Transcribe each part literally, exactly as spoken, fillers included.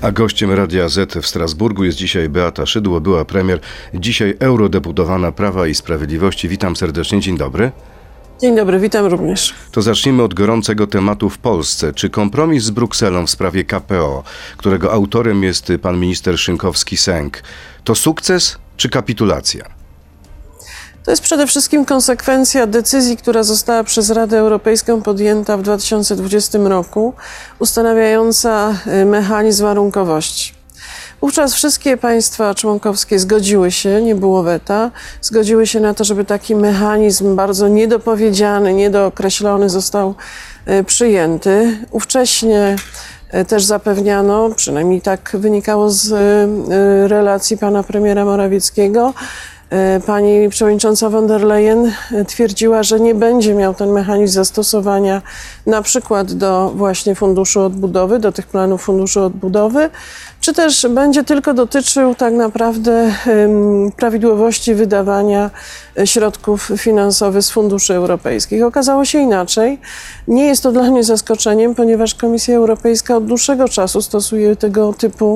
A gościem Radia Z w Strasburgu jest dzisiaj Beata Szydło, była premier, dzisiaj eurodeputowana Prawa i Sprawiedliwości. Witam serdecznie, dzień dobry. Dzień dobry, witam również. To zacznijmy od gorącego tematu w Polsce. Czy kompromis z Brukselą w sprawie K P O, którego autorem jest pan minister Szynkowski-Sęk, to sukces czy kapitulacja? To jest przede wszystkim konsekwencja decyzji, która została przez Radę Europejską podjęta w dwa tysiące dwudziestym roku, ustanawiająca mechanizm warunkowości. Wówczas wszystkie państwa członkowskie zgodziły się, nie było weta, zgodziły się na to, żeby taki mechanizm bardzo niedopowiedziany, niedookreślony został przyjęty. Ówcześnie też zapewniano, przynajmniej tak wynikało z relacji pana premiera Morawieckiego, pani przewodnicząca von der Leyen twierdziła, że nie będzie miał ten mechanizm zastosowania na przykład do właśnie Funduszu Odbudowy, do tych planów Funduszu Odbudowy, czy też będzie tylko dotyczył tak naprawdę prawidłowości wydawania środków finansowych z funduszy europejskich. Okazało się inaczej. Nie jest to dla mnie zaskoczeniem, ponieważ Komisja Europejska od dłuższego czasu stosuje tego typu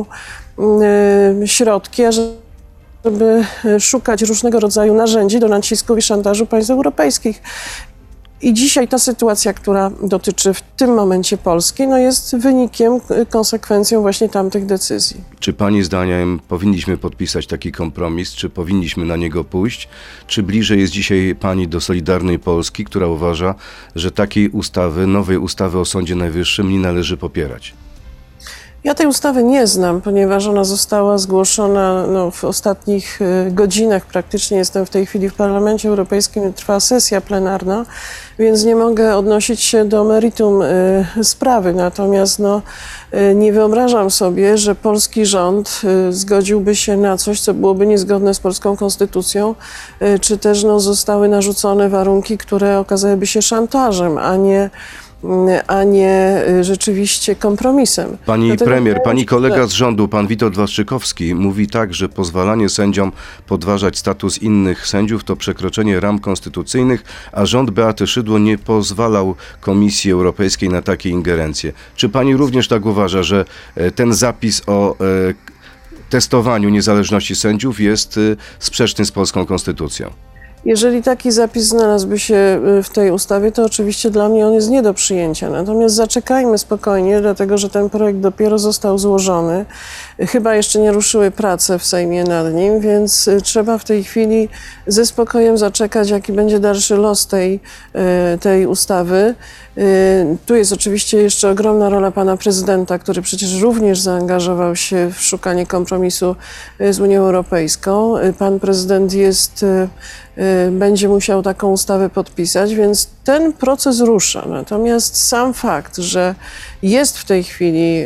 środki, a że żeby szukać różnego rodzaju narzędzi do nacisku i szantażu państw europejskich. I dzisiaj ta sytuacja, która dotyczy w tym momencie Polski, no jest wynikiem, konsekwencją właśnie tamtych decyzji. Czy pani zdaniem powinniśmy podpisać taki kompromis, czy powinniśmy na niego pójść, czy bliżej jest dzisiaj pani do Solidarnej Polski, która uważa, że takiej ustawy, nowej ustawy o Sądzie Najwyższym nie należy popierać? Ja tej ustawy nie znam, ponieważ ona została zgłoszona no, w ostatnich godzinach. Praktycznie jestem w tej chwili w Parlamencie Europejskim, trwa sesja plenarna, więc nie mogę odnosić się do meritum y, sprawy. Natomiast no, y, nie wyobrażam sobie, że polski rząd y, zgodziłby się na coś, co byłoby niezgodne z polską konstytucją, y, czy też no, zostały narzucone warunki, które okazałyby się szantażem, a nie a nie rzeczywiście kompromisem. Pani Dlatego premier, pani kolega z rządu, pan Witold Waszczykowski, mówi tak, że pozwalanie sędziom podważać status innych sędziów to przekroczenie ram konstytucyjnych, a rząd Beaty Szydło nie pozwalał Komisji Europejskiej na takie ingerencje. Czy pani również tak uważa, że ten zapis o e, testowaniu niezależności sędziów jest sprzeczny z polską konstytucją? Jeżeli taki zapis znalazłby się w tej ustawie, to oczywiście dla mnie on jest nie do przyjęcia. Natomiast zaczekajmy spokojnie, dlatego że ten projekt dopiero został złożony. Chyba jeszcze nie ruszyły prace w Sejmie nad nim, więc trzeba w tej chwili ze spokojem zaczekać, jaki będzie dalszy los tej, tej ustawy. Tu jest oczywiście jeszcze ogromna rola pana prezydenta, który przecież również zaangażował się w szukanie kompromisu z Unią Europejską. Pan prezydent jest, będzie musiał taką ustawę podpisać, więc ten proces rusza. Natomiast sam fakt, że jest w tej chwili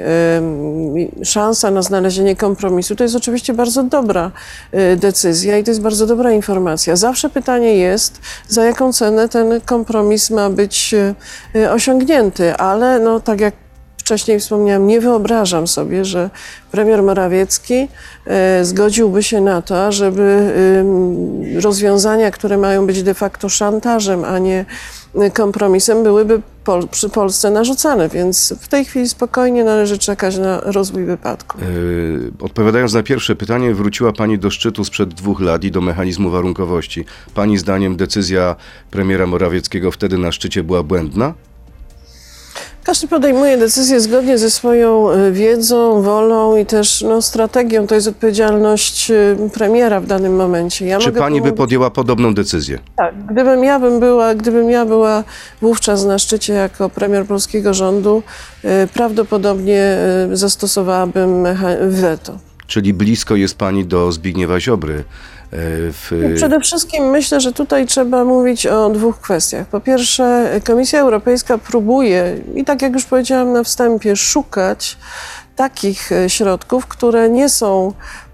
szansa na znalezienie kompromisu, to jest oczywiście bardzo dobra decyzja i to jest bardzo dobra informacja. Zawsze pytanie jest, za jaką cenę ten kompromis ma być osiągnięty, ale no, tak jak wcześniej wspomniałam, nie wyobrażam sobie, że premier Morawiecki e, zgodziłby się na to, żeby e, rozwiązania, które mają być de facto szantażem, a nie kompromisem, byłyby Pol- przy Polsce narzucane, więc w tej chwili spokojnie należy czekać na rozwój wypadku. Yy, odpowiadając na pierwsze pytanie, wróciła pani do szczytu sprzed dwóch lat i do mechanizmu warunkowości. Pani zdaniem decyzja premiera Morawieckiego wtedy na szczycie była błędna? Każdy podejmuje decyzję zgodnie ze swoją wiedzą, wolą i też no, strategią. To jest odpowiedzialność premiera w danym momencie. Ja Czy pani by podjęła podobną decyzję? Tak. Gdybym ja bym była, gdybym ja była wówczas na szczycie jako premier polskiego rządu, prawdopodobnie zastosowałabym weto. Czyli blisko jest pani do Zbigniewa Ziobry. W... Przede wszystkim myślę, że tutaj trzeba mówić o dwóch kwestiach. Po pierwsze, Komisja Europejska próbuje, i tak jak już powiedziałam na wstępie, szukać takich środków, które nie są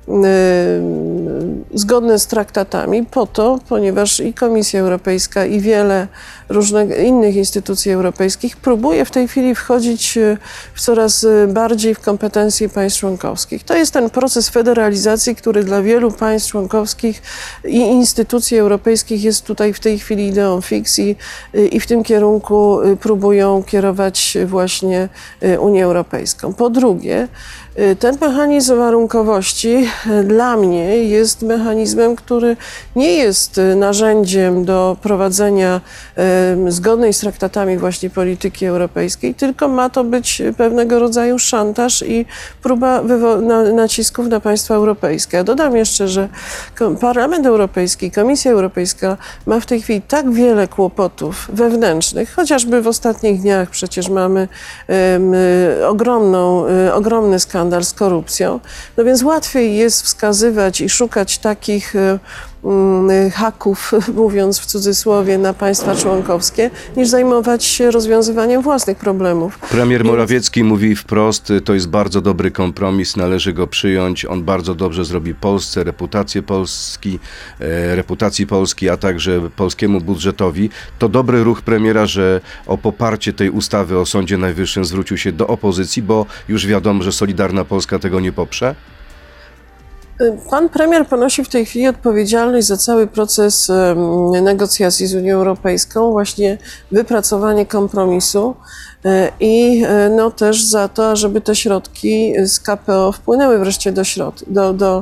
zgodne z traktatami po to, ponieważ i Komisja Europejska, i wiele różnych innych instytucji europejskich próbuje w tej chwili wchodzić w coraz bardziej w kompetencje państw członkowskich. To jest ten proces federalizacji, który dla wielu państw członkowskich i instytucji europejskich jest tutaj w tej chwili ideą fix i, i w tym kierunku próbują kierować właśnie Unię Europejską. Po drugie, ten mechanizm warunkowości dla mnie jest mechanizmem, który nie jest narzędziem do prowadzenia zgodnej z traktatami właśnie polityki europejskiej, tylko ma to być pewnego rodzaju szantaż i próba na nacisków na państwa europejskie. Ja dodam jeszcze, że Parlament Europejski, Komisja Europejska ma w tej chwili tak wiele kłopotów wewnętrznych, chociażby w ostatnich dniach przecież mamy um, ogromną, um, ogromny skandal z korupcją, no więc łatwiej jest wskazywać i szukać takich haków, mówiąc w cudzysłowie, na państwa członkowskie, niż zajmować się rozwiązywaniem własnych problemów. Premier Morawiecki Więc... mówi wprost, to jest bardzo dobry kompromis, należy go przyjąć, on bardzo dobrze zrobi Polsce, reputację Polski, e, reputacji Polski, a także polskiemu budżetowi. To dobry ruch premiera, że o poparcie tej ustawy o Sądzie Najwyższym zwrócił się do opozycji, bo już wiadomo, że Solidarna Polska tego nie poprze. Pan premier ponosi w tej chwili odpowiedzialność za cały proces negocjacji z Unią Europejską, właśnie wypracowanie kompromisu i no też za to, żeby te środki z K P O wpłynęły wreszcie do, środ- do, do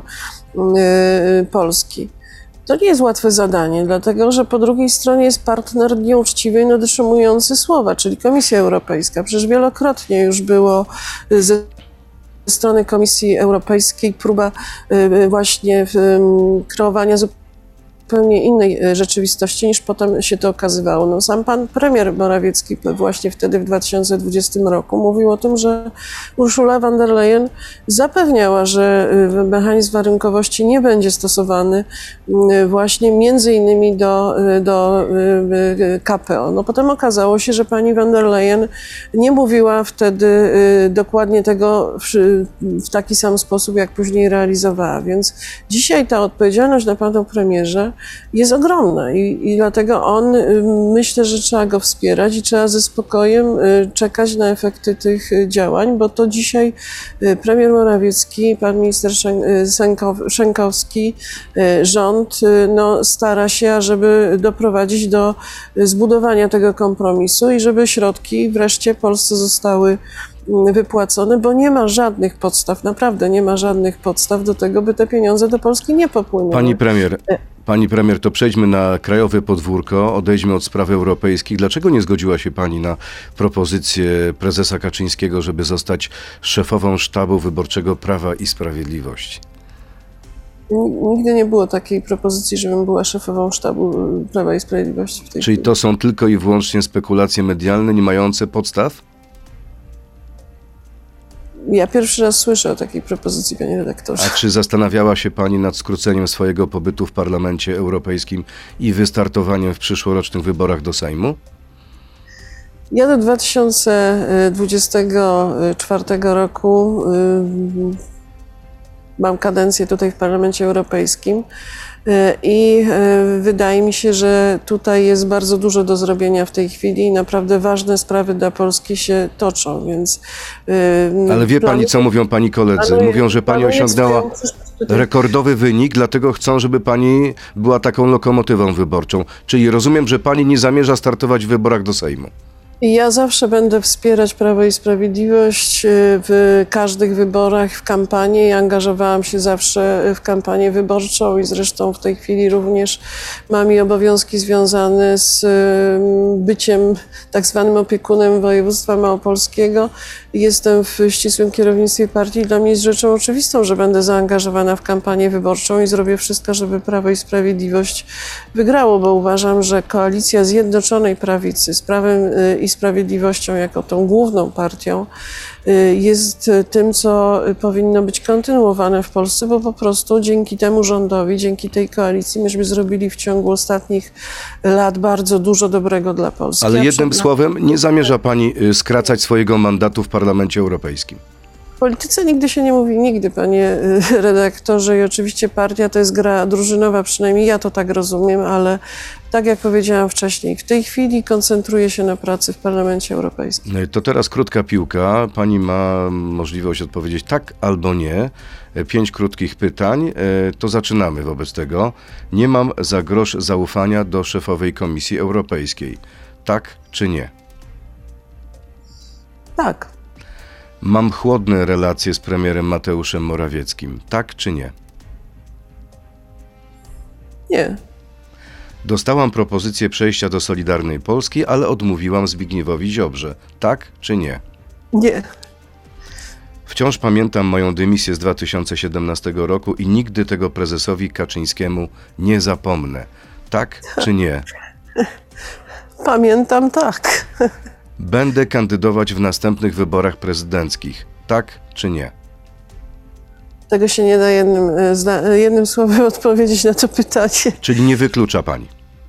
Polski. To nie jest łatwe zadanie, dlatego że po drugiej stronie jest partner nieuczciwy i dotrzymujący słowa, czyli Komisja Europejska. Przecież wielokrotnie już było ze Ze strony Komisji Europejskiej próba właśnie kreowania zupełnie innej rzeczywistości, niż potem się to okazywało. No, sam pan premier Morawiecki właśnie wtedy w dwa tysiące dwudziestym roku mówił o tym, że Ursula von der Leyen zapewniała, że mechanizm warunkowości nie będzie stosowany właśnie między innymi do, do K P O. No, potem okazało się, że pani von der Leyen nie mówiła wtedy dokładnie tego w, w taki sam sposób, jak później realizowała. Więc dzisiaj ta odpowiedzialność na panu premierze jest ogromna i, i dlatego on, myślę, że trzeba go wspierać i trzeba ze spokojem czekać na efekty tych działań, bo to dzisiaj premier Morawiecki, pan minister Szynkowski, rząd no, stara się, ażeby doprowadzić do zbudowania tego kompromisu i żeby środki wreszcie Polsce zostały wypłacone, bo nie ma żadnych podstaw, naprawdę nie ma żadnych podstaw do tego, by te pieniądze do Polski nie popłynęły. Pani premier, Pani premier, to przejdźmy na krajowe podwórko, odejdźmy od spraw europejskich. Dlaczego nie zgodziła się pani na propozycję prezesa Kaczyńskiego, żeby zostać szefową sztabu wyborczego Prawa i Sprawiedliwości? Nigdy nie było takiej propozycji, żebym była szefową sztabu Prawa i Sprawiedliwości w tej Czyli chwili. To są tylko i wyłącznie spekulacje medialne, nie mające podstaw? Ja pierwszy raz słyszę o takiej propozycji, panie redaktorze. A czy zastanawiała się pani nad skróceniem swojego pobytu w Parlamencie Europejskim i wystartowaniem w przyszłorocznych wyborach do Sejmu? Ja do dwa tysiące dwudziestego czwartego roku mam kadencję tutaj w Parlamencie Europejskim i wydaje mi się, że tutaj jest bardzo dużo do zrobienia w tej chwili i naprawdę ważne sprawy dla Polski się toczą, więc... Ale wie pani, co mówią pani koledzy? Mówią, że pani osiągnęła rekordowy wynik, dlatego chcą, żeby pani była taką lokomotywą wyborczą. Czyli rozumiem, że pani nie zamierza startować w wyborach do Sejmu. Ja zawsze będę wspierać Prawo i Sprawiedliwość w każdych wyborach, w kampanii. Ja angażowałam się zawsze w kampanię wyborczą i zresztą w tej chwili również mam i obowiązki związane z byciem tak zwanym opiekunem województwa małopolskiego. Jestem w ścisłym kierownictwie partii i dla mnie jest rzeczą oczywistą, że będę zaangażowana w kampanię wyborczą i zrobię wszystko, żeby Prawo i Sprawiedliwość wygrało, bo uważam, że koalicja Zjednoczonej Prawicy z Prawem i Sprawiedliwością jako tą główną partią jest tym, co powinno być kontynuowane w Polsce, bo po prostu dzięki temu rządowi, dzięki tej koalicji myśmy zrobili w ciągu ostatnich lat bardzo dużo dobrego dla Polski. Ale jednym słowem, nie zamierza pani skracać swojego mandatu w Parlamencie Europejskim? W polityce nigdy się nie mówi nigdy, panie redaktorze, i oczywiście partia to jest gra drużynowa, przynajmniej ja to tak rozumiem, ale tak jak powiedziałam wcześniej, w tej chwili koncentruję się na pracy w Parlamencie Europejskim. To teraz krótka piłka. Pani ma możliwość odpowiedzieć tak albo nie. Pięć krótkich pytań. To zaczynamy wobec tego. Nie mam za grosz zaufania do szefowej Komisji Europejskiej. Tak czy nie? Tak. Mam chłodne relacje z premierem Mateuszem Morawieckim. Tak czy nie? Nie. Dostałam propozycję przejścia do Solidarnej Polski, ale odmówiłam Zbigniewowi Ziobrze. Tak czy nie? Nie. Wciąż pamiętam moją dymisję z dwa tysiące siedemnastego roku i nigdy tego prezesowi Kaczyńskiemu nie zapomnę. Tak czy nie? Pamiętam, tak. Będę kandydować w następnych wyborach prezydenckich. Tak czy nie? Tego się nie da jednym, jednym słowem odpowiedzieć na to pytanie. Czyli nie wyklucza pani?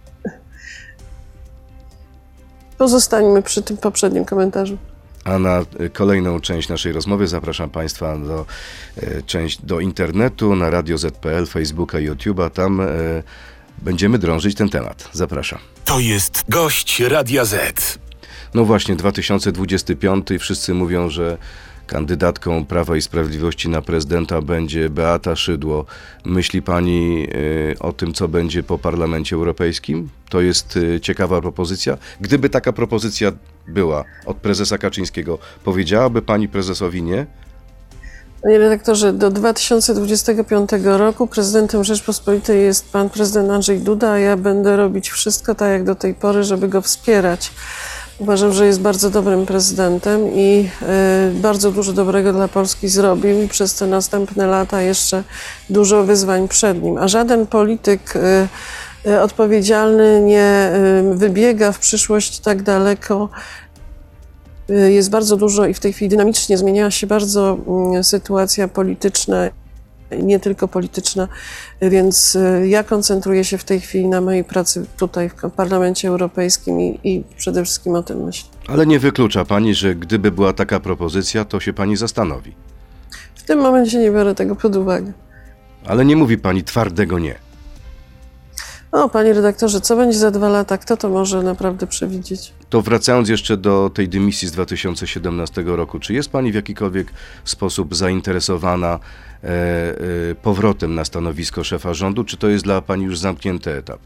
Pozostańmy przy tym poprzednim komentarzu. A na kolejną część naszej rozmowy zapraszam Państwa do, e, część, do internetu, na Radio Z P L, Facebooka i YouTube'a. Tam e, będziemy drążyć ten temat. Zapraszam. To jest gość Radia Z. No właśnie, dwa tysiące dwudziesty piąty. Wszyscy mówią, że kandydatką Prawa i Sprawiedliwości na prezydenta będzie Beata Szydło. Myśli pani y, o tym, co będzie po Parlamencie Europejskim? To jest y, ciekawa propozycja. Gdyby taka propozycja była od prezesa Kaczyńskiego, powiedziałaby pani prezesowi nie? Panie redaktorze, do dwa tysiące dwudziestego piątego roku prezydentem Rzeczpospolitej jest pan prezydent Andrzej Duda, a ja będę robić wszystko tak jak do tej pory, żeby go wspierać. Uważam, że jest bardzo dobrym prezydentem i y, bardzo dużo dobrego dla Polski zrobił i przez te następne lata jeszcze dużo wyzwań przed nim. A żaden polityk y, y, odpowiedzialny nie y, wybiega w przyszłość tak daleko. Y, jest bardzo dużo i w tej chwili dynamicznie zmieniała się bardzo y, sytuacja polityczna, nie tylko polityczna, więc ja koncentruję się w tej chwili na mojej pracy tutaj w Parlamencie Europejskim i, i przede wszystkim o tym myślę. Ale nie wyklucza pani, że gdyby była taka propozycja, to się pani zastanowi. W tym momencie nie biorę tego pod uwagę. Ale nie mówi pani twardego nie. O, panie redaktorze, co będzie za dwa lata? Kto to może naprawdę przewidzieć? To wracając jeszcze do tej dymisji z dwa tysiące siedemnastego roku, czy jest pani w jakikolwiek sposób zainteresowana e, e, powrotem na stanowisko szefa rządu, czy to jest dla pani już zamknięty etap?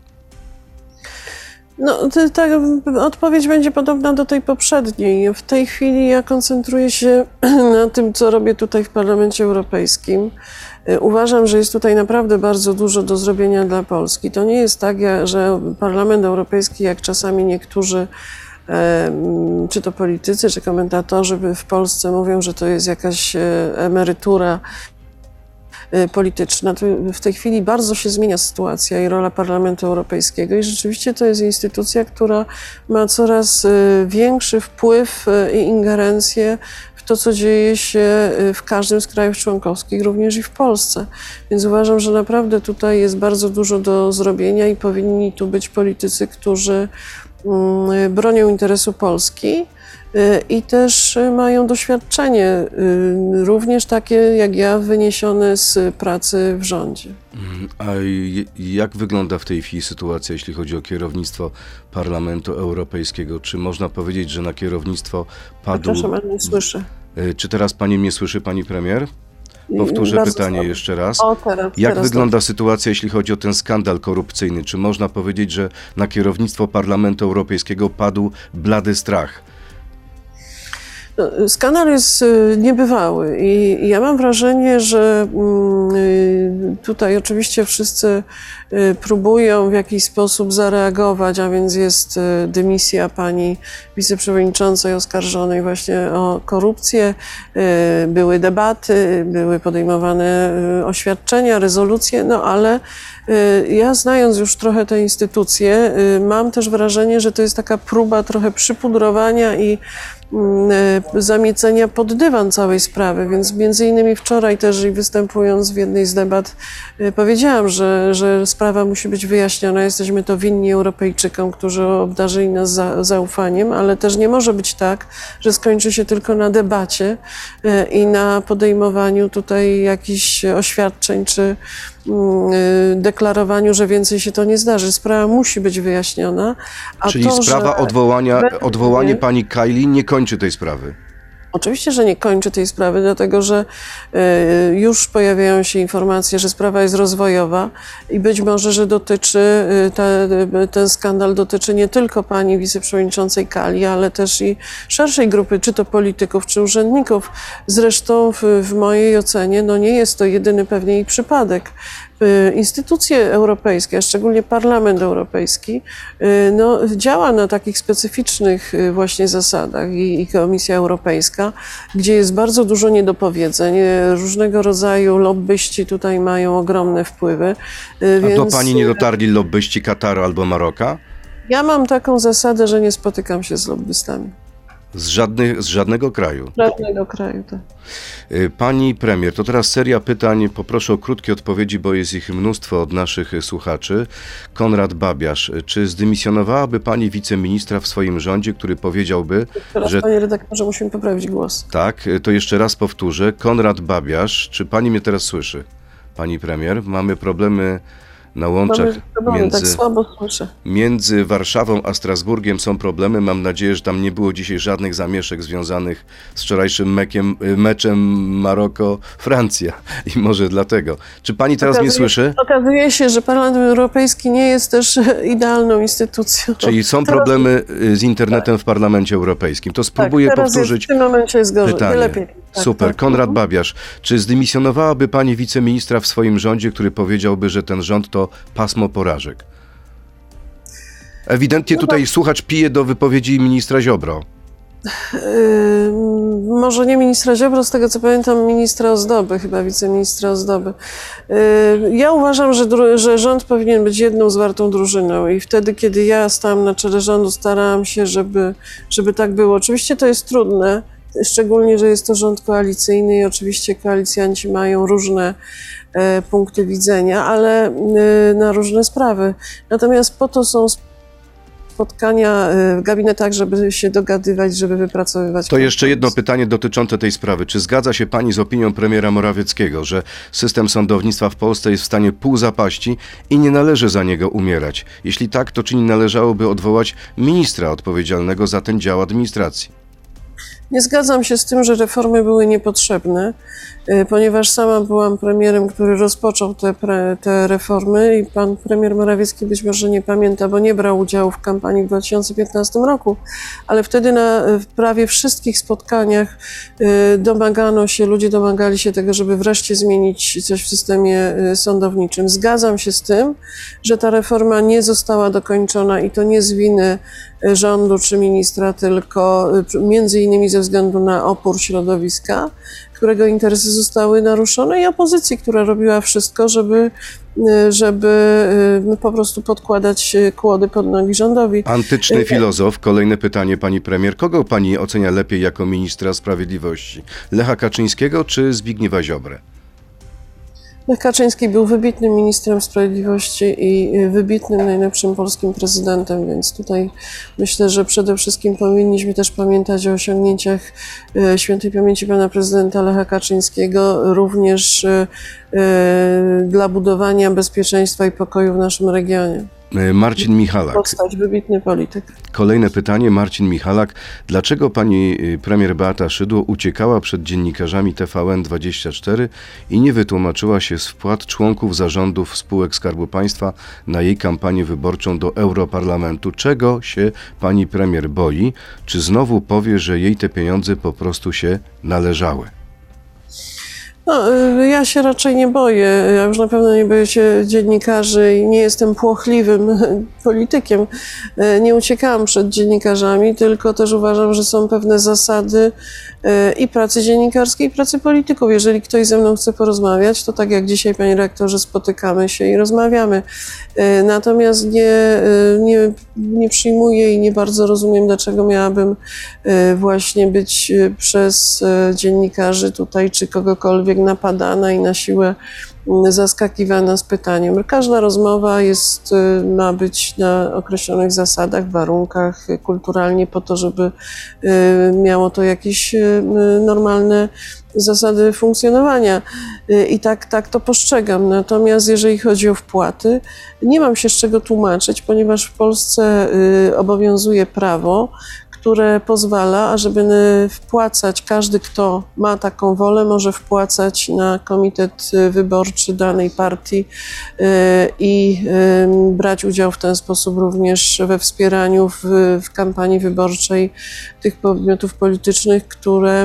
No, ta odpowiedź będzie podobna do tej poprzedniej. W tej chwili ja koncentruję się na tym, co robię tutaj w Parlamencie Europejskim. Uważam, że jest tutaj naprawdę bardzo dużo do zrobienia dla Polski. To nie jest tak, że Parlament Europejski, jak czasami niektórzy, czy to politycy, czy komentatorzy w Polsce mówią, że to jest jakaś emerytura polityczna. W tej chwili bardzo się zmienia sytuacja i rola Parlamentu Europejskiego i rzeczywiście to jest instytucja, która ma coraz większy wpływ i ingerencję w to, co dzieje się w każdym z krajów członkowskich, również i w Polsce. Więc uważam, że naprawdę tutaj jest bardzo dużo do zrobienia i powinni tu być politycy, którzy bronią interesu Polski i też mają doświadczenie, również takie jak ja, wyniesione z pracy w rządzie. A jak wygląda w tej chwili sytuacja, jeśli chodzi o kierownictwo Parlamentu Europejskiego? Czy można powiedzieć, że na kierownictwo padł... Przepraszam, ale nie słyszę. Czy teraz pani mnie słyszy, pani premier? Powtórzę Bardzo pytanie słabo. jeszcze raz. O, teraz, Jak teraz wygląda dobrze. sytuacja, jeśli chodzi o ten skandal korupcyjny? Czy można powiedzieć, że na kierownictwo Parlamentu Europejskiego padł blady strach? No, skandal jest niebywały i ja mam wrażenie, że tutaj oczywiście wszyscy próbują w jakiś sposób zareagować, a więc jest dymisja pani wiceprzewodniczącej oskarżonej właśnie o korupcję, były debaty, były podejmowane oświadczenia, rezolucje, no ale ja znając już trochę te instytucje, mam też wrażenie, że to jest taka próba trochę przypudrowania i zamiecenia pod dywan całej sprawy, więc między innymi wczoraj też i występując w jednej z debat powiedziałam, że, że sprawa musi być wyjaśniona. Jesteśmy to winni Europejczykom, którzy obdarzyli nas za, zaufaniem, ale też nie może być tak, że skończy się tylko na debacie i na podejmowaniu tutaj jakichś oświadczeń czy deklarowaniu, że więcej się to nie zdarzy. Sprawa musi być wyjaśniona. A Czyli to, sprawa że odwołania, według odwołanie mnie- pani Kaili nie kończy tej sprawy. Oczywiście, że nie kończy tej sprawy, dlatego że y, już pojawiają się informacje, że sprawa jest rozwojowa i być może, że dotyczy, y, te, y, ten skandal dotyczy nie tylko pani wiceprzewodniczącej Kali, ale też i szerszej grupy, czy to polityków, czy urzędników. Zresztą w, w mojej ocenie no nie jest to jedyny pewnie jej przypadek. Y, Instytucje europejskie, a szczególnie Parlament Europejski, y, no, działa na takich specyficznych y, właśnie zasadach i, i Komisja Europejska, gdzie jest bardzo dużo niedopowiedzeń. Y, Różnego rodzaju lobbyści tutaj mają ogromne wpływy. y, A więc do pani nie dotarli lobbyści Kataru albo Maroka? Ja mam taką zasadę, że nie spotykam się z lobbystami Z, żadnych, z żadnego kraju. żadnego kraju. Tak. Y, Pani premier, to teraz seria pytań. Poproszę o krótkie odpowiedzi, bo jest ich mnóstwo od naszych słuchaczy. Konrad Babiarz, czy zdymisjonowałaby pani wiceministra w swoim rządzie, który powiedziałby, Teraz, że panie redaktorze, musimy poprawić głos. tak, to jeszcze raz powtórzę. Konrad Babiarz, czy pani mnie teraz słyszy? Pani premier, mamy problemy na łączach Mamy problemy, między... tak słabo słyszę. Między Warszawą a Strasburgiem są problemy. Mam nadzieję, że tam nie było dzisiaj żadnych zamieszek związanych z wczorajszym mekiem, meczem Maroko-Francja. I może dlatego. Czy pani teraz mnie Okazuje- słyszy? Okazuje się, że Parlament Europejski nie jest też idealną instytucją. Czyli są Teraz- problemy y, z internetem w Parlamencie Europejskim. To tak, spróbuję teraz powtórzyć Jest, w tym momencie jest gorzej, pytanie. lepiej. Tak, Super. tak. Konrad Babiarz, czy zdymisjonowałaby pani wiceministra w swoim rządzie, który powiedziałby, że ten rząd to pasmo porażek? Ewidentnie No tutaj słuchacz pije do wypowiedzi ministra Ziobro. Yy, może nie ministra Ziobro, z tego co pamiętam ministra Ozdoby, chyba wiceministra Ozdoby. Yy, ja uważam, że, dru- że rząd powinien być jedną zwartą drużyną i wtedy, kiedy ja stałam na czele rządu, starałam się, żeby, żeby tak było. Oczywiście to jest trudne, szczególnie, że jest to rząd koalicyjny i oczywiście koalicjanci mają różne e, punkty widzenia, ale e, na różne sprawy. Natomiast po to są spotkania w gabinetach, żeby się dogadywać, żeby wypracowywać. To jeszcze jedno kompromis. pytanie dotyczące tej sprawy. Czy zgadza się pani z opinią premiera Morawieckiego, że system sądownictwa w Polsce jest w stanie pół zapaści i nie należy za niego umierać? Jeśli tak, to czy nie należałoby odwołać ministra odpowiedzialnego za ten dział administracji? Nie zgadzam się z tym, że reformy były niepotrzebne, y, ponieważ sama byłam premierem, który rozpoczął te, pre, te reformy i pan premier Morawiecki być może nie pamięta, bo nie brał udziału w kampanii w dwa tysiące piętnastym roku, ale wtedy na w prawie wszystkich spotkaniach y, domagano się, ludzie domagali się tego, żeby wreszcie zmienić coś w systemie y, sądowniczym. Zgadzam się z tym, że ta reforma nie została dokończona i to nie z winy y, rządu czy ministra, tylko y, między innymi ze względu na opór środowiska, którego interesy zostały naruszone i opozycji, która robiła wszystko, żeby, żeby po prostu podkładać kłody pod nogi rządowi. Antyczny filozof, kolejne pytanie pani premier. Kogo pani ocenia lepiej jako ministra sprawiedliwości? Lecha Kaczyńskiego czy Zbigniewa Ziobrę? Lech Kaczyński był wybitnym ministrem sprawiedliwości i wybitnym, najlepszym polskim prezydentem, więc tutaj myślę, że przede wszystkim powinniśmy też pamiętać o osiągnięciach świętej pamięci pana prezydenta Lecha Kaczyńskiego, również dla budowania bezpieczeństwa i pokoju w naszym regionie. Marcin Michalak. Postać, wybitny polityk. Kolejne pytanie, Marcin Michalak. Dlaczego pani premier Beata Szydło uciekała przed dziennikarzami T V N dwadzieścia cztery i nie wytłumaczyła się z wpłat członków zarządów spółek Skarbu Państwa na jej kampanię wyborczą do Europarlamentu? Czego się pani premier boi? Czy znowu powie, że jej te pieniądze po prostu się należały? No, y, ja się raczej nie boję. Ja już na pewno nie boję się dziennikarzy i nie jestem płochliwym politykiem. Y, Nie uciekałam przed dziennikarzami, tylko też uważam, że są pewne zasady y, i pracy dziennikarskiej, i pracy polityków. Jeżeli ktoś ze mną chce porozmawiać, to tak jak dzisiaj, panie rektorze, spotykamy się i rozmawiamy. Y, Natomiast nie, y, nie, nie przyjmuję i nie bardzo rozumiem, dlaczego miałabym y, właśnie być y, przez y, dziennikarzy tutaj, czy kogokolwiek napadana i na siłę y, zaskakiwana z pytaniem. Każda rozmowa jest, y, ma być na określonych zasadach, warunkach, y, kulturalnie po to, żeby y, miało to jakieś y, normalne zasady funkcjonowania. Y, I tak, tak to postrzegam. Natomiast jeżeli chodzi o wpłaty, nie mam się z czego tłumaczyć, ponieważ w Polsce y, obowiązuje prawo, które pozwala, ażeby wpłacać, każdy, kto ma taką wolę, może wpłacać na komitet wyborczy danej partii y, i y, brać udział w ten sposób również we wspieraniu w, w kampanii wyborczej tych podmiotów politycznych, które,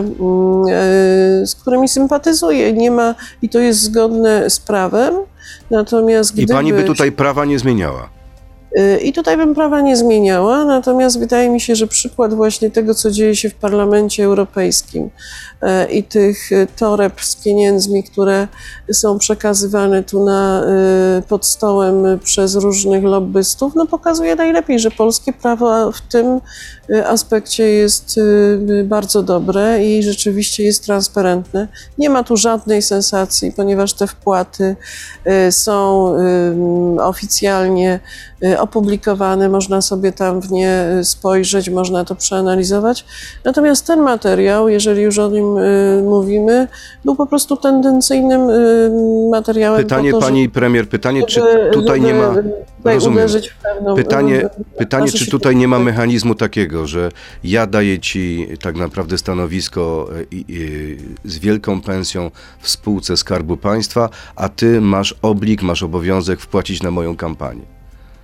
y, z którymi sympatyzuje. Nie ma, i to jest zgodne z prawem. Natomiast I gdyby... pani by tutaj prawa nie zmieniała? I tutaj bym prawa nie zmieniała, natomiast wydaje mi się, że przykład właśnie tego, co dzieje się w Parlamencie Europejskim i tych toreb z pieniędzmi, które są przekazywane tu na, pod stołem przez różnych lobbystów, no pokazuje najlepiej, że polskie prawo w tym aspekcie jest bardzo dobre i rzeczywiście jest transparentne. Nie ma tu żadnej sensacji, ponieważ te wpłaty są oficjalnie opublikowane, można sobie tam w nie spojrzeć, można to przeanalizować. Natomiast ten materiał, jeżeli już o nim y, mówimy, był po prostu tendencyjnym y, materiałem. Pytanie, po to, pani żeby, premier, pytanie, czy żeby, tutaj nie ma... tutaj Rozumiem. uderzyć w pewną, Pytanie, pytanie, Proszę czy się tutaj nie ma tutaj- mechanizmu takiego, że ja daję ci tak naprawdę stanowisko i, i, z wielką pensją w spółce Skarbu Państwa, a ty masz oblig, masz obowiązek wpłacić na moją kampanię.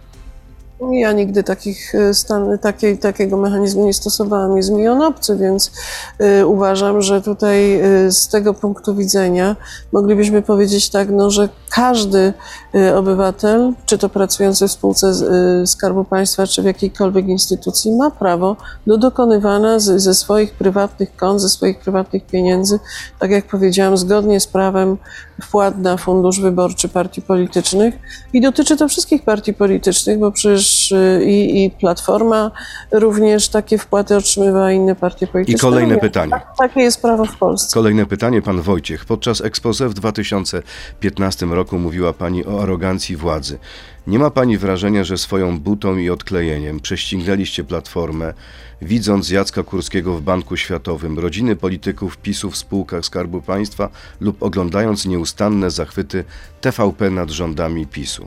Ja nigdy takich stan, takiej, takiego mechanizmu nie stosowałam, jest mi on obcy, więc y, uważam, że tutaj y, z tego punktu widzenia moglibyśmy powiedzieć tak, no, że każdy y, obywatel, czy to pracujący w spółce y, Skarbu Państwa, czy w jakiejkolwiek instytucji, ma prawo do dokonywania z, ze swoich prywatnych kont, ze swoich prywatnych pieniędzy, tak jak powiedziałam, zgodnie z prawem wpłat na fundusz wyborczy partii politycznych i dotyczy to wszystkich partii politycznych, bo przecież i, i Platforma również takie wpłaty otrzymywała, inne partie polityczne. I kolejne również. pytanie. Tak, takie jest prawo w Polsce. Kolejne pytanie, pan Wojciech. Podczas expose w dwa tysiące piętnastym roku mówiła pani o arogancji władzy. Nie ma pani wrażenia, że swoją butą i odklejeniem prześcignęliście Platformę, widząc Jacka Kurskiego w Banku Światowym, rodziny polityków PiSu w spółkach Skarbu Państwa lub oglądając nieustanne zachwyty T V P nad rządami PiSu?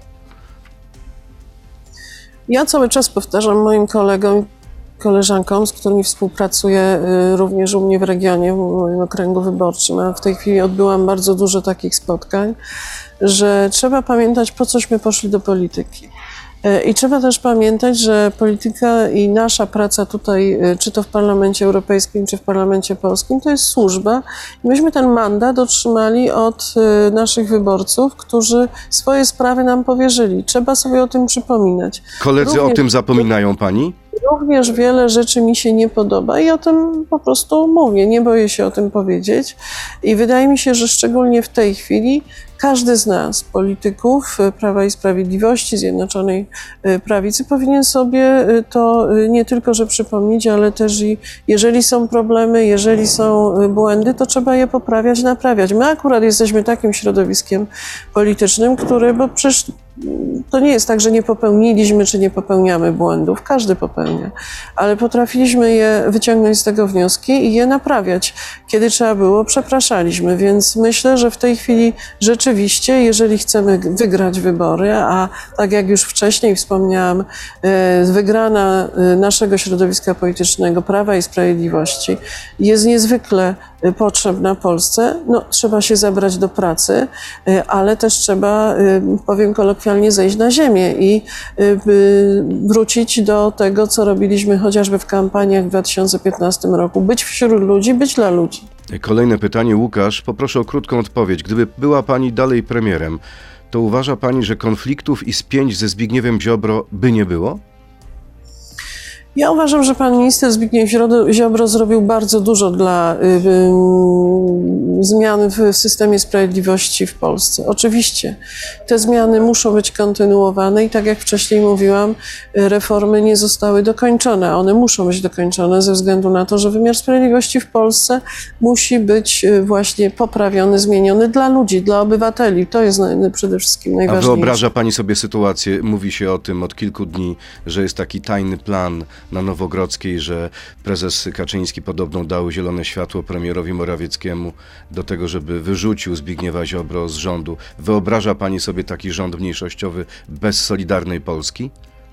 Ja cały czas powtarzam moim kolegom, koleżankom, z którymi współpracuję y, również u mnie w regionie, w moim okręgu wyborczym, a w tej chwili odbyłam bardzo dużo takich spotkań, że trzeba pamiętać, po cośmy poszli do polityki. Y, I trzeba też pamiętać, że polityka i nasza praca tutaj, y, czy to w Parlamencie Europejskim, czy w Parlamencie Polskim, to jest służba. I myśmy ten mandat otrzymali od y, naszych wyborców, którzy swoje sprawy nam powierzyli. Trzeba sobie o tym przypominać. Koledzy Również- o tym zapominają pani? Również wiele rzeczy mi się nie podoba i o tym po prostu mówię, nie boję się o tym powiedzieć. I wydaje mi się, że szczególnie w tej chwili każdy z nas, polityków Prawa i Sprawiedliwości, Zjednoczonej Prawicy, powinien sobie to nie tylko, że przypomnieć, ale też i jeżeli są problemy, jeżeli są błędy, to trzeba je poprawiać, naprawiać. My akurat jesteśmy takim środowiskiem politycznym, które, bo przecież to nie jest tak, że nie popełniliśmy, czy nie popełniamy błędów. Każdy popełnia. Ale potrafiliśmy je wyciągnąć z tego wnioski i je naprawiać. Kiedy trzeba było, przepraszaliśmy. Więc myślę, że w tej chwili rzeczywiście, jeżeli chcemy wygrać wybory, a tak jak już wcześniej wspomniałam, wygrana naszego środowiska politycznego, Prawa i Sprawiedliwości jest niezwykle potrzebna Polsce, no trzeba się zabrać do pracy, ale też trzeba, powiem kolokwialnie, zejść na ziemię i wrócić do tego, co robiliśmy chociażby w kampaniach w dwa tysiące piętnastym roku. Być wśród ludzi, być dla ludzi. Kolejne pytanie, Łukasz. Poproszę o krótką odpowiedź. Gdyby była pani dalej premierem, to uważa pani, że konfliktów i spięć ze Zbigniewem Ziobro by nie było? Ja uważam, że pan minister Zbigniew Ziobro zrobił bardzo dużo dla y, y, zmian w systemie sprawiedliwości w Polsce. Oczywiście te zmiany muszą być kontynuowane i tak jak wcześniej mówiłam, reformy nie zostały dokończone. One muszą być dokończone ze względu na to, że wymiar sprawiedliwości w Polsce musi być właśnie poprawiony, zmieniony dla ludzi, dla obywateli. To jest na, przede wszystkim najważniejsze. A wyobraża pani sobie sytuację, mówi się o tym od kilku dni, że jest taki tajny plan na Nowogrodzkiej, że prezes Kaczyński podobno dał zielone światło premierowi Morawieckiemu do tego, żeby wyrzucił Zbigniewa Ziobro z rządu. Wyobraża pani sobie taki rząd mniejszościowy bez Solidarnej Polski?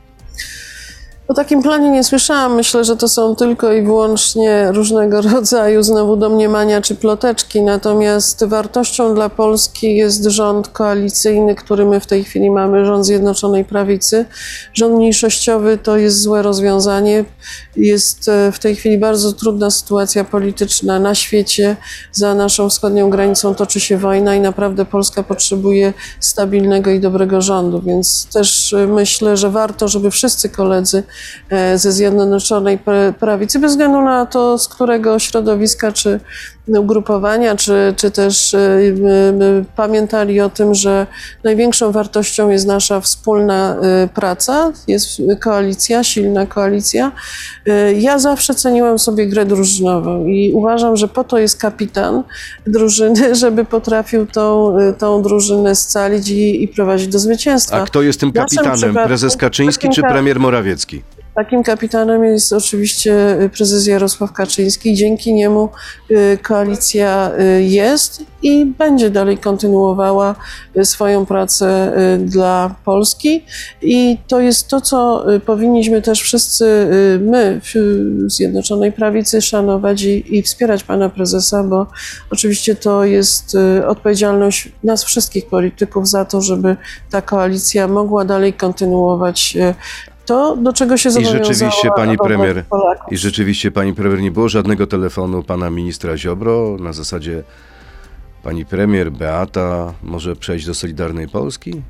O takim planie nie słyszałam. Myślę, że to są tylko i wyłącznie różnego rodzaju znowu domniemania czy ploteczki. Natomiast wartością dla Polski jest rząd koalicyjny, który my w tej chwili mamy, rząd Zjednoczonej Prawicy. Rząd mniejszościowy to jest złe rozwiązanie. Jest w tej chwili bardzo trudna sytuacja polityczna na świecie. Za naszą wschodnią granicą toczy się wojna i naprawdę Polska potrzebuje stabilnego i dobrego rządu. Więc też myślę, że warto, żeby wszyscy koledzy ze Zjednoczonej Prawicy, bez względu na to, z którego środowiska czy ugrupowania, czy, czy też pamiętali o tym, że największą wartością jest nasza wspólna praca, jest koalicja, silna koalicja. Ja zawsze ceniłam sobie grę drużynową i uważam, że po to jest kapitan drużyny, żeby potrafił tą, tą drużynę scalić i, i prowadzić do zwycięstwa. A kto jest tym kapitanem? Prezes Kaczyński czy premier Morawiecki? Takim kapitanem jest oczywiście prezes Jarosław Kaczyński. Dzięki niemu koalicja jest i będzie dalej kontynuowała swoją pracę dla Polski. I to jest to, co powinniśmy też wszyscy my w Zjednoczonej Prawicy szanować i, i wspierać pana prezesa, bo oczywiście to jest odpowiedzialność nas wszystkich polityków za to, żeby ta koalicja mogła dalej kontynuować to, do czego się zobowiązała. I rzeczywiście, pani premier, Polaków. I rzeczywiście, pani premier, nie było żadnego telefonu pana ministra Ziobro na zasadzie pani premier, Beata, może przejść do Solidarnej Polski?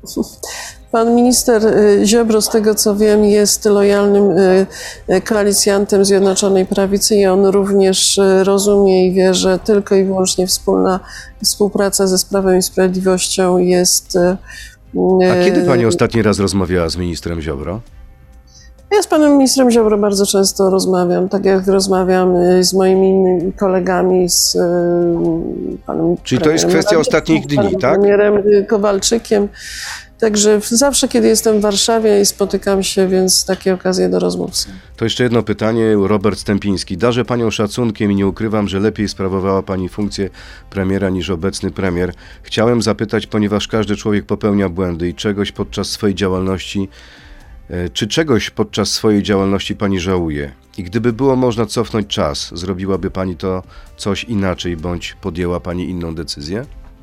Pan minister Ziobro, z tego co wiem, jest lojalnym koalicjantem Zjednoczonej Prawicy i on również rozumie i wie, że tylko i wyłącznie wspólna współpraca ze Prawem i Sprawiedliwością jest... A kiedy pani ostatni raz rozmawiała z ministrem Ziobro? Ja z panem ministrem Ziobro bardzo często rozmawiam, tak jak rozmawiam z moimi innymi kolegami, z panem Czyli to jest kwestia ostatnich dni, panem tak? premierem Kowalczykiem. Także zawsze, kiedy jestem w Warszawie i spotykam się, więc takie okazje do rozmów są. To jeszcze jedno pytanie. Robert Stępiński. Darzę panią szacunkiem i nie ukrywam, że lepiej sprawowała pani funkcję premiera niż obecny premier. Chciałem zapytać, ponieważ każdy człowiek popełnia błędy i czegoś podczas swojej działalności, czy czegoś podczas swojej działalności pani żałuje? I gdyby było można cofnąć czas, zrobiłaby pani to coś inaczej, bądź podjęła pani inną decyzję?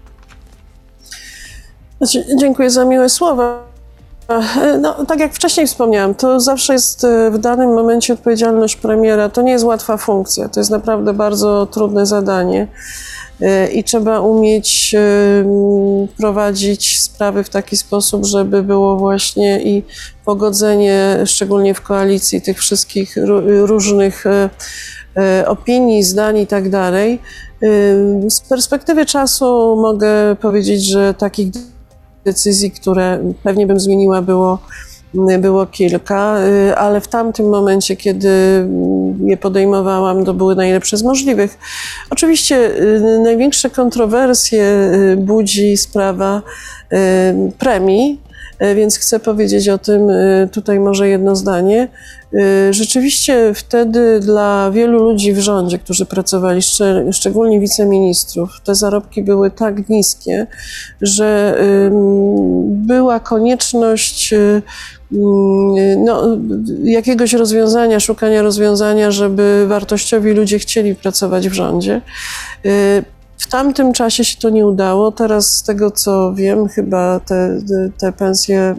Dziękuję za miłe słowa. No, tak jak wcześniej wspomniałam, to zawsze jest w danym momencie odpowiedzialność premiera. To nie jest łatwa funkcja, to jest naprawdę bardzo trudne zadanie i trzeba umieć prowadzić sprawy w taki sposób, żeby było właśnie i pogodzenie, szczególnie w koalicji, tych wszystkich różnych opinii, zdań i tak dalej. Z perspektywy czasu mogę powiedzieć, że takich decyzji, które pewnie bym zmieniła, było, było kilka, ale w tamtym momencie, kiedy je podejmowałam, to były najlepsze z możliwych. Oczywiście największe kontrowersje budzi sprawa premii, więc chcę powiedzieć o tym tutaj może jedno zdanie. Rzeczywiście wtedy dla wielu ludzi w rządzie, którzy pracowali, szczególnie wiceministrów, te zarobki były tak niskie, że była konieczność no, jakiegoś rozwiązania, szukania rozwiązania, żeby wartościowi ludzie chcieli pracować w rządzie. W tamtym czasie się to nie udało. Teraz z tego, co wiem, chyba te, te pensje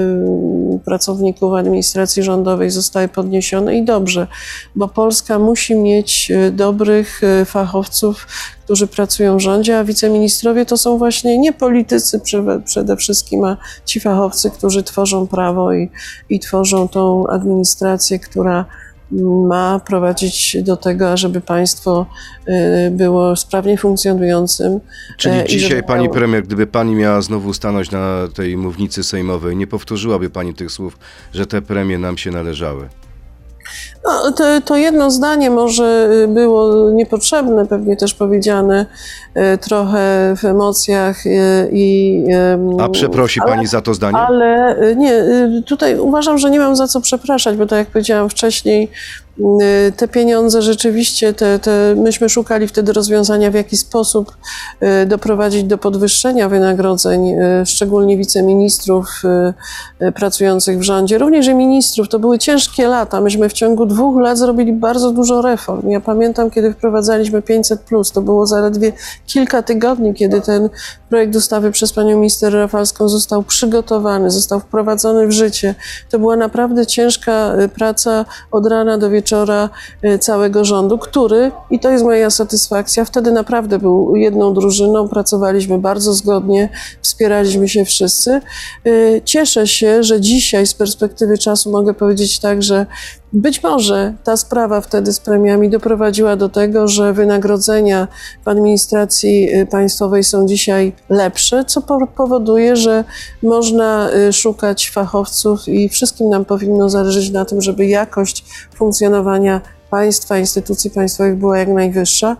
y, pracowników administracji rządowej zostały podniesione i dobrze, bo Polska musi mieć dobrych fachowców, którzy pracują w rządzie, a wiceministrowie to są właśnie nie politycy przede wszystkim, a ci fachowcy, którzy tworzą prawo i, i tworzą tą administrację, która ma prowadzić do tego, ażeby państwo było sprawnie funkcjonującym. Czyli i dzisiaj, żeby pani miało... premier, gdyby pani miała znowu stanąć na tej mównicy sejmowej, nie powtórzyłaby pani tych słów, że te premie nam się należały? No, to, to jedno zdanie może było niepotrzebne, pewnie też powiedziane trochę w emocjach i... A przeprosi ale, pani za to zdanie? Ale nie, tutaj uważam, że nie mam za co przepraszać, bo tak jak powiedziałam wcześniej, te pieniądze rzeczywiście, te, te, myśmy szukali wtedy rozwiązania, w jaki sposób doprowadzić do podwyższenia wynagrodzeń, szczególnie wiceministrów pracujących w rządzie, również i ministrów. To były ciężkie lata. Myśmy w ciągu dwóch lat zrobili bardzo dużo reform. Ja pamiętam, kiedy wprowadzaliśmy pięćset plus, to było zaledwie kilka tygodni, kiedy ten projekt ustawy przez panią minister Rafalską został przygotowany, został wprowadzony w życie. To była naprawdę ciężka praca od rana do wieczora całego rządu, który, i to jest moja satysfakcja, wtedy naprawdę był jedną drużyną, pracowaliśmy bardzo zgodnie, wspieraliśmy się wszyscy. Cieszę się, że dzisiaj z perspektywy czasu mogę powiedzieć tak, że być może ta sprawa wtedy z premiami doprowadziła do tego, że wynagrodzenia w administracji państwowej są dzisiaj lepsze, co powoduje, że można szukać fachowców i wszystkim nam powinno zależeć na tym, żeby jakość funkcjonowania państwa, instytucji państwowych była jak najwyższa.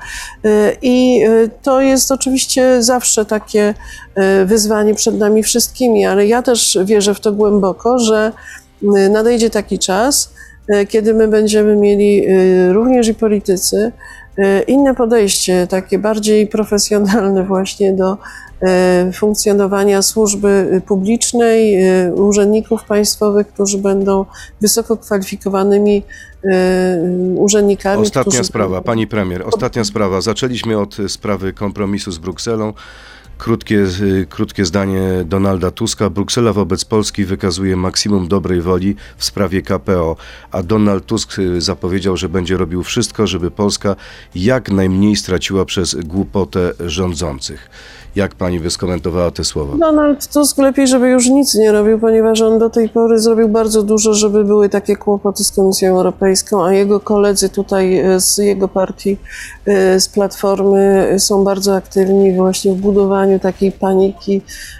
I to jest oczywiście zawsze takie wyzwanie przed nami wszystkimi, ale ja też wierzę w to głęboko, że nadejdzie taki czas, kiedy my będziemy mieli również i politycy inne podejście, takie bardziej profesjonalne właśnie do funkcjonowania służby publicznej, urzędników państwowych, którzy będą wysoko kwalifikowanymi urzędnikami. Ostatnia którzy... sprawa, pani premier, ostatnia sprawa. Zaczęliśmy od sprawy kompromisu z Brukselą. Krótkie, krótkie zdanie Donalda Tuska. Bruksela wobec Polski wykazuje maksimum dobrej woli w sprawie K P O, a Donald Tusk zapowiedział, że będzie robił wszystko, żeby Polska jak najmniej straciła przez głupotę rządzących. Jak pani by skomentowała te słowa? Donald Tusk lepiej, żeby już nic nie robił, ponieważ on do tej pory zrobił bardzo dużo, żeby były takie kłopoty z Komisją Europejską, a jego koledzy tutaj z jego partii, z Platformy są bardzo aktywni właśnie w budowaniu takiej paniki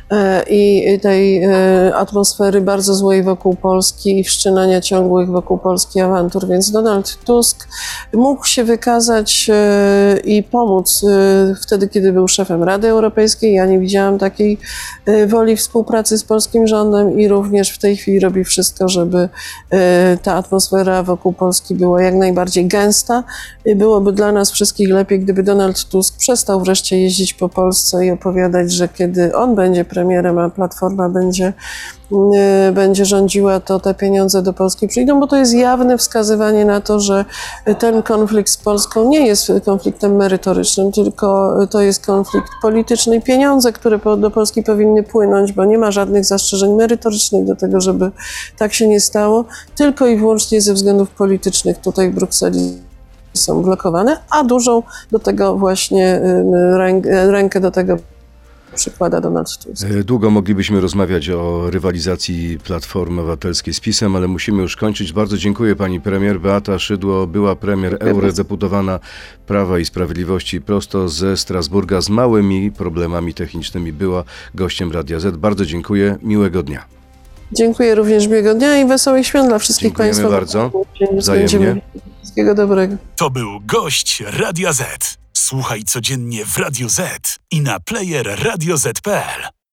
i tej atmosfery bardzo złej wokół Polski i wszczynania ciągłych wokół Polski awantur. Więc Donald Tusk mógł się wykazać i pomóc wtedy, kiedy był szefem Rady Europejskiej. Ja nie widziałam takiej woli współpracy z polskim rządem i również w tej chwili robi wszystko, żeby ta atmosfera wokół Polski była jak najbardziej gęsta. Byłoby dla nas wszystkich lepiej, gdyby Donald Tusk przestał wreszcie jeździć po Polsce i opowiadać, że kiedy on będzie premierem, a Platforma będzie, będzie rządziła, to te pieniądze do Polski przyjdą, bo to jest jawne wskazywanie na to, że ten konflikt z Polską nie jest konfliktem merytorycznym, tylko to jest konflikt polityczny. Pieniądze, które do Polski powinny płynąć, bo nie ma żadnych zastrzeżeń merytorycznych do tego, żeby tak się nie stało, tylko i wyłącznie ze względów politycznych tutaj w Brukseli są blokowane, a dużą do tego właśnie rękę do tego przykłada Donald Tusk. Długo moglibyśmy rozmawiać o rywalizacji Platformy Obywatelskiej z PiS-em, ale musimy już kończyć. Bardzo dziękuję pani premier. Beata Szydło, była premier, eurodeputowana Prawa i Sprawiedliwości prosto ze Strasburga z małymi problemami technicznymi. Była gościem Radia Z. Bardzo dziękuję. Miłego dnia. Dziękuję również, miłego dnia i wesołych świąt dla wszystkich Dziękujemy państwa. bardzo. Wzajemnie. Wszystkiego dobrego. To był gość Radia Z. Słuchaj codziennie w Radio Z i na player radio zet kropka pe el.